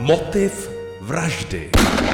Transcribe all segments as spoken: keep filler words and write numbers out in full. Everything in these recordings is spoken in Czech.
Motiv vraždy.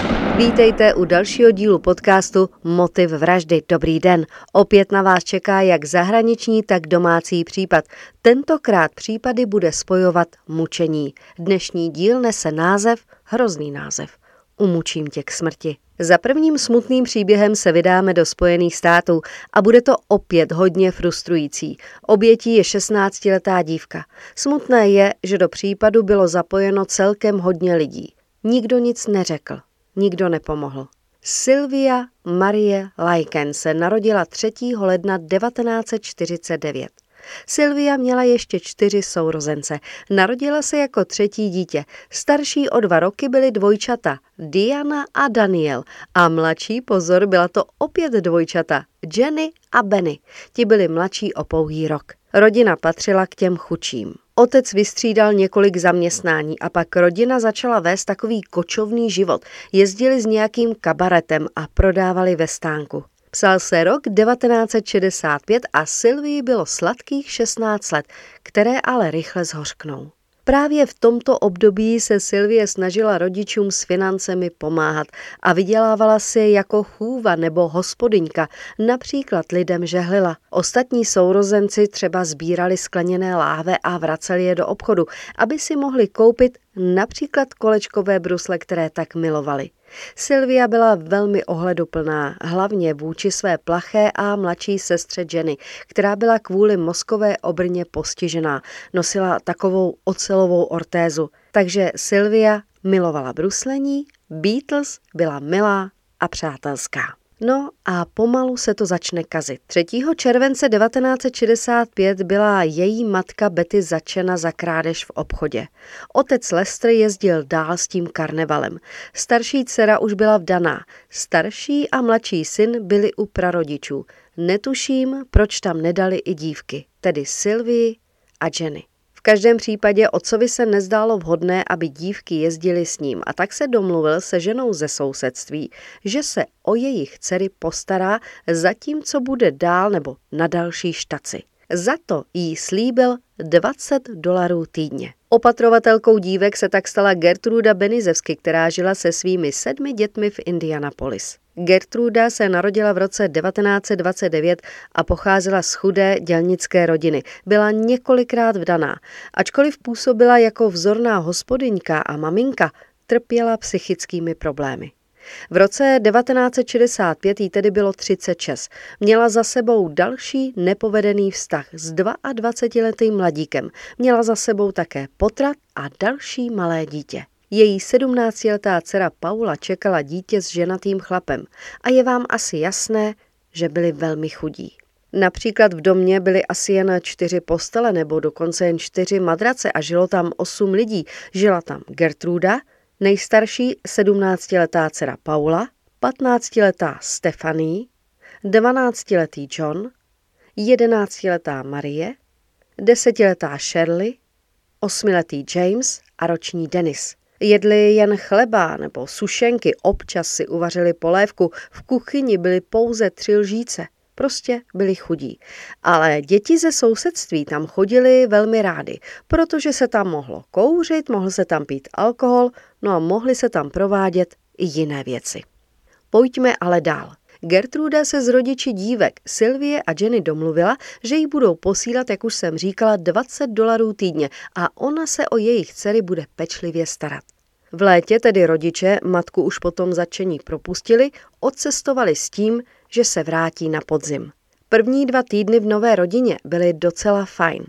Vítejte u dalšího dílu podcastu Motiv vraždy. Dobrý den. Opět na vás čeká jak zahraniční, tak domácí případ. Tentokrát případy bude spojovat mučení. Dnešní díl nese název, hrozný název. Umučím tě k smrti. Za prvním smutným příběhem se vydáme do Spojených států a bude to opět hodně frustrující. Obětí je šestnáctiletá dívka. Smutné je, že do případu bylo zapojeno celkem hodně lidí. Nikdo nic neřekl, nikdo nepomohl. Sylvia Marie Lycan se narodila třetího ledna devatenáct set čtyřicet devět. Sylvia měla ještě čtyři sourozence. Narodila se jako třetí dítě. Starší o dva roky byly dvojčata Diana a Daniel a mladší, pozor, byla to opět dvojčata Jenny a Benny. Ti byli mladší o pouhý rok. Rodina patřila k těm chudším. Otec vystřídal několik zaměstnání a pak rodina začala vést takový kočovný život. Jezdili s nějakým kabaretem a prodávali ve stánku. Psal se rok devatenáct set šedesát pět a Sylvii bylo sladkých šestnáct let, které ale rychle zhořknou. Právě v tomto období se Sylvie snažila rodičům s financemi pomáhat a vydělávala si jako chůva nebo hospodyňka, například lidem žehlila. Ostatní sourozenci třeba sbírali skleněné láhve a vraceli je do obchodu, aby si mohli koupit například kolečkové brusle, které tak milovali. Sylvia byla velmi ohleduplná, hlavně vůči své plaché a mladší sestře Jenny, která byla kvůli mozkové obrně postižená. Nosila takovou ocelovou ortézu. Takže Sylvia milovala bruslení, Beatles byla milá a přátelská. No a pomalu se to začne kazit. třetího července devatenáct set šedesát pět byla její matka Betty zatčena za krádež v obchodě. Otec Lester jezdil dál s tím karnevalem. Starší dcera už byla vdaná. Starší a mladší syn byli u prarodičů. Netuším, proč tam nedali i dívky, tedy Sylvii a Jenny. V každém případě otcovi se nezdálo vhodné, aby dívky jezdily s ním a tak se domluvil se ženou ze sousedství, že se o jejich dcery postará, zatímco bude dál nebo na další štaci. Za to jí slíbil dvacet dolarů týdně. Opatrovatelkou dívek se tak stala Gertruda Benizevsky, která žila se svými sedmi dětmi v Indianapolis. Gertruda se narodila v roce devatenáct set dvacet devět a pocházela z chudé dělnické rodiny. Byla několikrát vdaná. Ačkoliv působila jako vzorná hospodyňka a maminka, trpěla psychickými problémy. V roce devatenáct set šedesát pět jí tedy bylo třicet šest. Měla za sebou další nepovedený vztah s dvaadvacetiletým mladíkem. Měla za sebou také potrat a další malé dítě. Její sedmnáctiletá dcera Paula čekala dítě s ženatým chlapem a je vám asi jasné, že byli velmi chudí. Například v domě byly asi jen čtyři postele nebo dokonce jen čtyři madrace a žilo tam osm lidí. Žila tam Gertruda, nejstarší sedmnáctiletá dcera Paula, patnáctiletá Stephanie, dvanáctiletý John, jedenáctiletá Marie, desetiletá Shirley, osmiletý James a roční Dennis. Jedli jen chleba nebo sušenky, občas si uvařili polévku, v kuchyni byly pouze tři lžíce. Prostě byli chudí. Ale děti ze sousedství tam chodili velmi rády, protože se tam mohlo kouřit, mohl se tam pít alkohol, no a mohly se tam provádět i jiné věci. Pojďme ale dál. Gertruda se s rodiči dívek Sylvie a Jenny domluvila, že jí budou posílat, jak už jsem říkala, dvacet dolarů týdně a ona se o jejich dcery bude pečlivě starat. V létě tedy rodiče matku už potom zatčení propustili, odcestovali s tím, že se vrátí na podzim. První dva týdny v nové rodině byly docela fajn.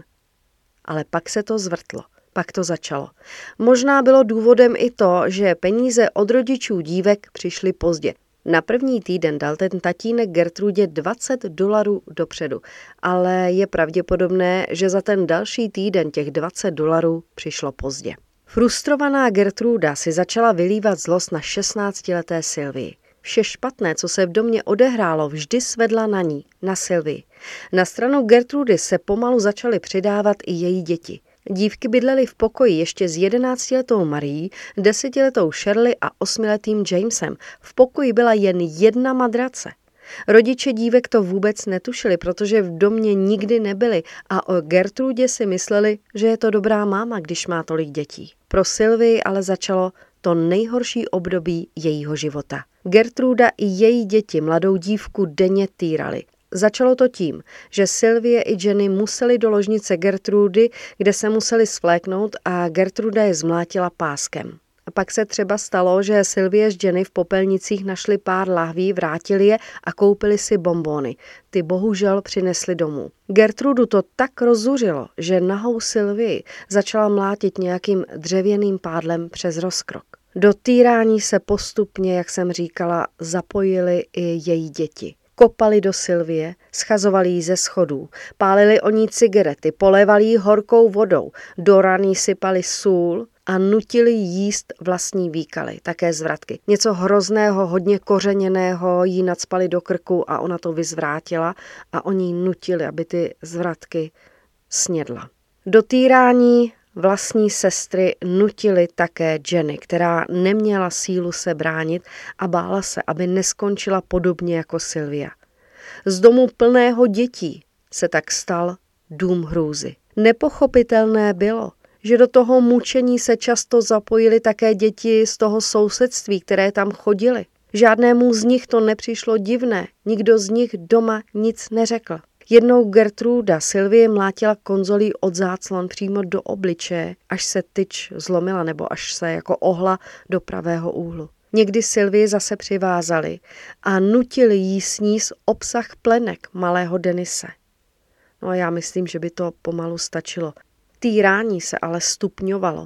Ale pak se to zvrtlo, pak to začalo. Možná bylo důvodem i to, že peníze od rodičů dívek přišly pozdě. Na první týden dal ten tatínek Gertrudě dvacet dolarů dopředu, ale je pravděpodobné, že za ten další týden těch dvacet dolarů přišlo pozdě. Frustrovaná Gertruda si začala vylívat zlost na šestnáctileté Sylvii. Vše špatné, co se v domě odehrálo, vždy svedla na ní, na Sylvii. Na stranu Gertrudy se pomalu začaly přidávat i její děti. Dívky bydlely v pokoji ještě s jedenáctiletou Marií, desetiletou Shirley a osmiletým Jamesem. V pokoji byla jen jedna madrace. Rodiče dívek to vůbec netušili, protože v domě nikdy nebyli a o Gertrudě si mysleli, že je to dobrá máma, když má tolik dětí. Pro Sylvii ale začalo to nejhorší období jejího života. Gertruda i její děti mladou dívku denně týrali. Začalo to tím, že Sylvie i Jenny museli do ložnice Gertrudy, kde se museli svléknout a Gertruda je zmlátila páskem. A pak se třeba stalo, že Sylvie s Jenny v popelnicích našli pár lahví, vrátili je a koupili si bonbony. Ty bohužel přinesli domů. Gertrudu to tak rozzuřilo, že nahou Sylvii začala mlátit nějakým dřevěným pádlem přes rozkrok. Do týrání se postupně, jak jsem říkala, zapojili i její děti. Kopali do Sylvie, schazovali jí ze schodů, pálili o ní cigarety, polévali jí horkou vodou, do raní sypali sůl a nutili jíst vlastní výkaly, také zvratky. Něco hrozného, hodně kořeněného jí nacpali do krku a ona to vyzvrátila a oni jí nutili, aby ty zvratky snědla. Do týrání vlastní sestry nutili také Jenny, která neměla sílu se bránit a bála se, aby neskončila podobně jako Sylvia. Z domu plného dětí se tak stal dům hrůzy. Nepochopitelné bylo, že do toho mučení se často zapojily také děti z toho sousedství, které tam chodily. Žádnému z nich to nepřišlo divné, nikdo z nich doma nic neřekl. Jednou Gertruda Sylvie mlátila konzolí od záclon přímo do obličeje, až se tyč zlomila nebo až se jako ohla do pravého úhlu. Někdy Sylvie zase přivázali a nutili jí sníst obsah plenek malého Denise. No a já myslím, že by to pomalu stačilo. Týrání se ale stupňovalo.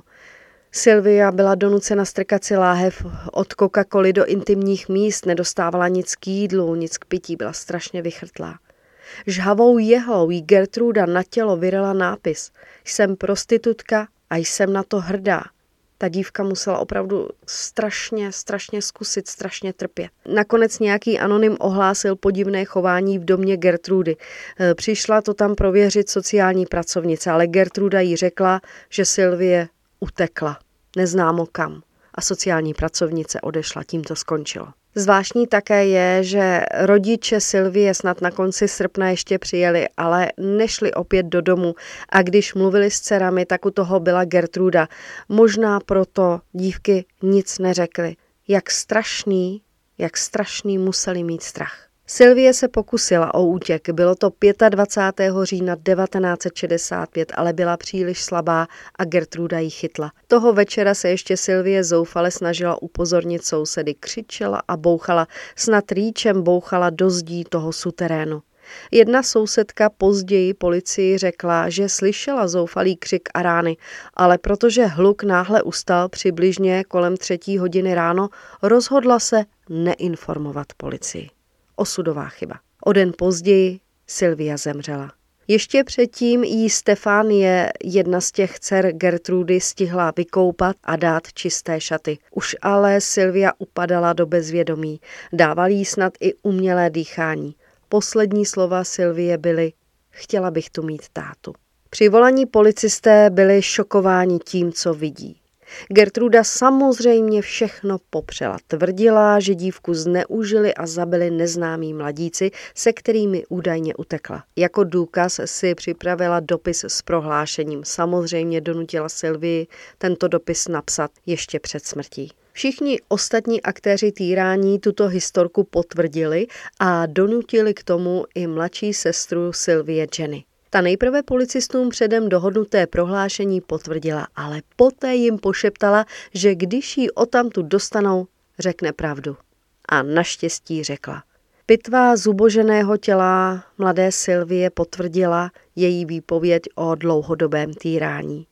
Sylvia byla donucena strkat si láhev od Coca-Coly do intimních míst, nedostávala nic k jídlu, nic k pití, byla strašně vychrtlá. Žhavou jehlou jí Gertruda na tělo vyrela nápis: Jsem prostitutka a jsem na to hrdá. Ta dívka musela opravdu strašně, strašně zkusit, strašně trpět. Nakonec nějaký anonym ohlásil podivné chování v domě Gertrudy. Přišla to tam prověřit sociální pracovnice, ale Gertruda jí řekla, že Sylvie utekla, neznámo kam. A sociální pracovnice odešla, tím to skončilo. Zvláštní také je, že rodiče Sylvie snad na konci srpna ještě přijeli, ale nešli opět do domu a když mluvili s dcerami, tak u toho byla Gertruda. Možná proto dívky nic neřekly. Jak strašný, jak strašný museli mít strach. Sylvie se pokusila o útěk, bylo to dvacátého pátého října devatenáct set šedesát pět, ale byla příliš slabá a Gertruda ji chytla. Toho večera se ještě Sylvie zoufale snažila upozornit sousedy, křičela a bouchala, snad rýčem bouchala do zdí toho suterénu. Jedna sousedka později policii řekla, že slyšela zoufalý křik a rány, ale protože hluk náhle ustal přibližně kolem třetí hodiny ráno, rozhodla se neinformovat policii. Osudová chyba. O den později Sylvia zemřela. Ještě předtím jí Stefánie, jedna z těch dcer Gertrudy, stihla vykoupat a dát čisté šaty. Už ale Sylvia upadala do bezvědomí. Dával jí snad i umělé dýchání. Poslední slova Sylvie byly: chtěla bych tu mít tátu. Přivolaní policisté byli šokováni tím, co vidí. Gertruda samozřejmě všechno popřela. Tvrdila, že dívku zneužili a zabili neznámí mladíci, se kterými údajně utekla. Jako důkaz si připravila dopis s prohlášením. Samozřejmě donutila Sylvii tento dopis napsat ještě před smrtí. Všichni ostatní aktéři týrání tuto historku potvrdili a donutili k tomu i mladší sestru Sylvie Jenny. Ta nejprve policistům předem dohodnuté prohlášení potvrdila, ale poté jim pošeptala, že když ji odtamtud dostanou, řekne pravdu. A naštěstí řekla. Pitva zuboženého těla mladé Sylvie potvrdila její výpověď o dlouhodobém týrání.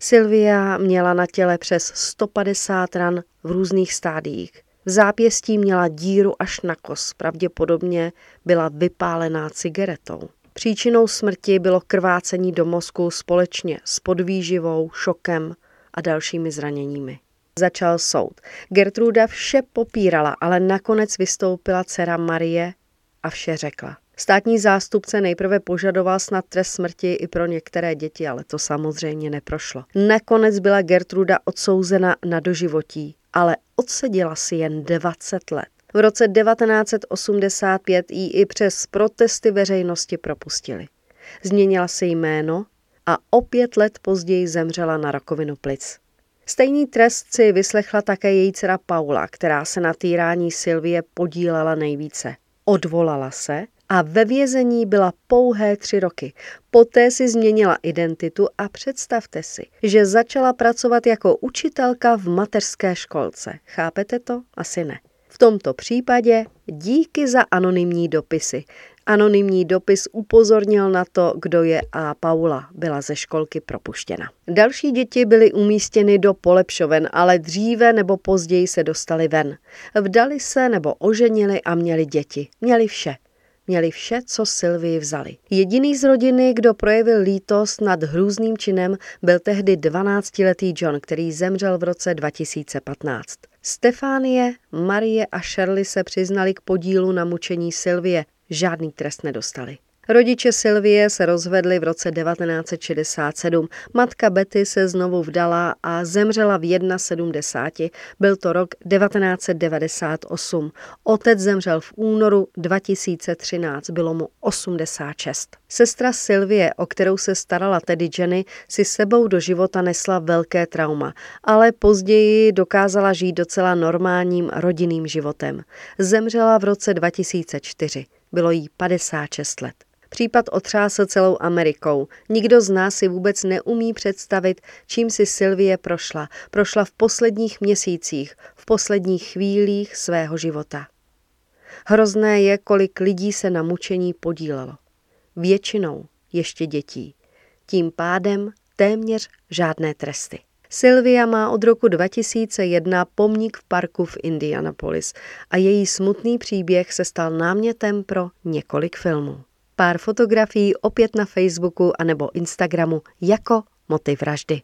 Sylvia měla na těle přes sto padesát ran v různých stádiích. V zápěstí měla díru až na kos, pravděpodobně byla vypálená cigaretou. Příčinou smrti bylo krvácení do mozku společně s podvýživou, šokem a dalšími zraněními. Začal soud. Gertruda vše popírala, ale nakonec vystoupila dcera Marie a vše řekla. Státní zástupce nejprve požadoval snad trest smrti i pro některé děti, ale to samozřejmě neprošlo. Nakonec byla Gertruda odsouzena na doživotí, ale odseděla si jen dvacet let. V roce devatenáct set osmdesát pět ji i přes protesty veřejnosti propustili. Změnila si jméno a o pět let později zemřela na rakovinu plic. Stejný trest si vyslechla také její dcera Paula, která se na týrání Sylvie podílela nejvíce. Odvolala se a ve vězení byla pouhé tři roky. Poté si změnila identitu a představte si, že začala pracovat jako učitelka v mateřské školce. Chápete to? Asi ne. V tomto případě díky za anonymní dopisy. Anonymní dopis upozornil na to, kdo je, a Paula byla ze školky propuštěna. Další děti byly umístěny do polepšoven, ale dříve nebo později se dostali ven. Vdali se nebo oženili a měli děti. Měli vše. Měli vše, co Sylvii vzali. Jediný z rodiny, kdo projevil lítost nad hrůzným činem, byl tehdy dvanáctiletý John, který zemřel v roce dva tisíce patnáct. Stefánie, Marie a Shirley se přiznali k podílu na mučení Sylvie. Žádný trest nedostali. Rodiče Sylvie se rozvedli v roce devatenáct set šedesát sedm. Matka Betty se znovu vdala a zemřela v sedmdesáti jedné. Byl to rok devatenáct set devadesát osm. Otec zemřel v únoru dva tisíce třináct. Bylo mu osmdesát šest. Sestra Sylvie, o kterou se starala tedy Jenny, si sebou do života nesla velké trauma, ale později dokázala žít docela normálním rodinným životem. Zemřela v roce dva tisíce čtyři. Bylo jí padesát šest let. Případ otřásl celou Amerikou. Nikdo z nás si vůbec neumí představit, čím si Sylvie prošla. Prošla v posledních měsících, v posledních chvílích svého života. Hrozné je, kolik lidí se na mučení podílelo. Většinou ještě dětí. Tím pádem téměř žádné tresty. Sylvia má od roku dva tisíce jedna pomník v parku v Indianapolis a její smutný příběh se stal námětem pro několik filmů. Pár fotografií opět na Facebooku anebo Instagramu jako Motiv vraždy.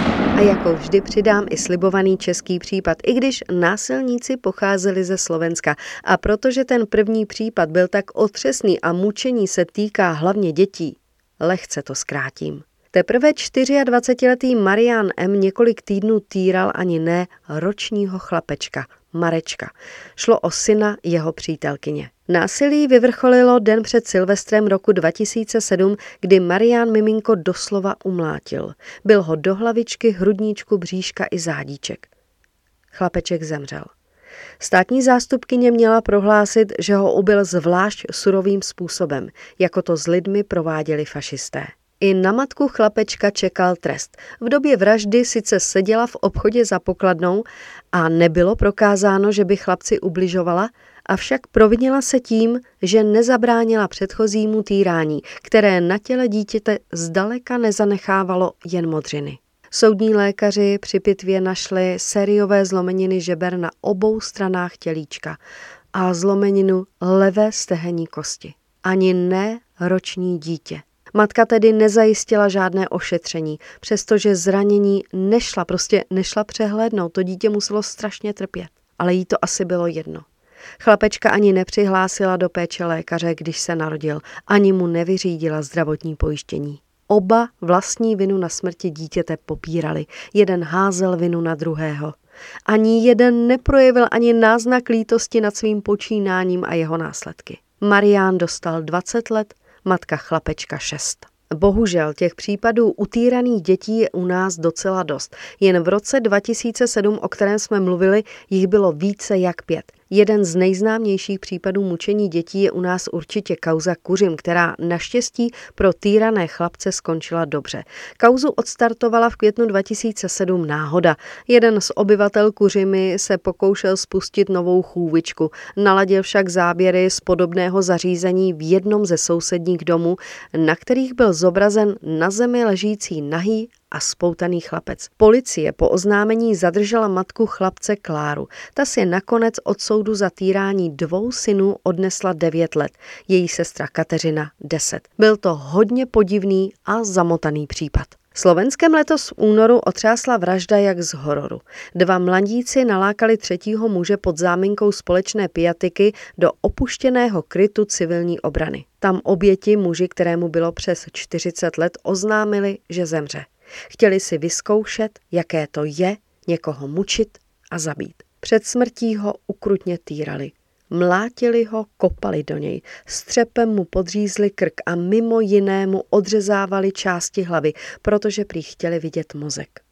A jako vždy přidám i slibovaný český případ, i když násilníci pocházeli ze Slovenska. A protože ten první případ byl tak otřesný a mučení se týká hlavně dětí, lehce to zkrátím. Teprve dvacetičtyřletý Marian M. několik týdnů týral ani ne ročního chlapečka, Marečka. Šlo o syna jeho přítelkyně. Násilí vyvrcholilo den před Silvestrem roku dva tisíce sedm, kdy Marian miminko doslova umlátil. Byl ho do hlavičky, hrudníčku, bříška i zádíček. Chlapeček zemřel. Státní zástupkyně měla prohlásit, že ho ubil zvlášť surovým způsobem, jako to s lidmi prováděli fašisté. I na matku chlapečka čekal trest. V době vraždy sice seděla v obchodě za pokladnou a nebylo prokázáno, že by chlapci ubližovala, avšak provinila se tím, že nezabránila předchozímu týrání, které na těle dítěte zdaleka nezanechávalo jen modřiny. Soudní lékaři při pitvě našli sériové zlomeniny žeber na obou stranách tělíčka a zlomeninu levé stehenní kosti. Ani ne roční dítě. Matka tedy nezajistila žádné ošetření, přestože zranění nešla, prostě nešla přehlédnout, to dítě muselo strašně trpět, ale jí to asi bylo jedno. Chlapečka ani nepřihlásila do péče lékaře, když se narodil, ani mu nevyřídila zdravotní pojištění. Oba vlastní vinu na smrti dítěte popírali, jeden házel vinu na druhého. Ani jeden neprojevil ani náznak lítosti nad svým počínáním a jeho následky. Marián dostal dvacet let, matka chlapečka šest. Bohužel těch případů utýraných dětí je u nás docela dost. Jen v roce dva tisíce sedm, o kterém jsme mluvili, jich bylo více jak pět. Jeden z nejznámějších případů mučení dětí je u nás určitě kauza Kuřim, která naštěstí pro týrané chlapce skončila dobře. Kauzu odstartovala v květnu dva tisíce sedm náhoda. Jeden z obyvatel Kuřimy se pokoušel spustit novou chůvičku. Naladil však záběry z podobného zařízení v jednom ze sousedních domů, na kterých byl zobrazen na zemi ležící nahý a spoutaný chlapec. Policie po oznámení zadržela matku chlapce Kláru. Ta si nakonec od soudu za týrání dvou synů odnesla devět let, její sestra Kateřina deset. Byl to hodně podivný a zamotaný případ. Slovenskem letos v únoru otřásla vražda jak z hororu. Dva mladíci nalákali třetího muže pod záminkou společné piatiky do opuštěného krytu civilní obrany. Tam oběti muži, kterému bylo přes čtyřicet let, oznámili, že zemře. Chtěli si vyzkoušet, jaké to je někoho mučit a zabít. Před smrtí ho ukrutně týrali. Mlátili ho, kopali do něj, střepem mu podřízli krk a mimo jinému odřezávali části hlavy, protože prý chtěli vidět mozek.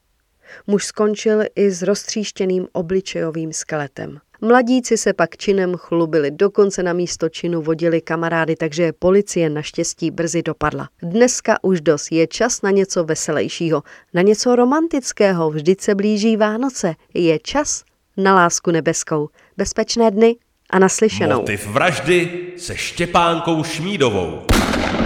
Muž skončil i s roztříštěným obličejovým skeletem. Mladíci se pak činem chlubili, dokonce na místo činu vodili kamarády, takže policie naštěstí brzy dopadla. Dneska už dost, je čas na něco veselějšího, na něco romantického, vždyť se blíží Vánoce, je čas na lásku nebeskou. Bezpečné dny a naslyšenou. Motiv vraždy se Štěpánkou Šmídovou.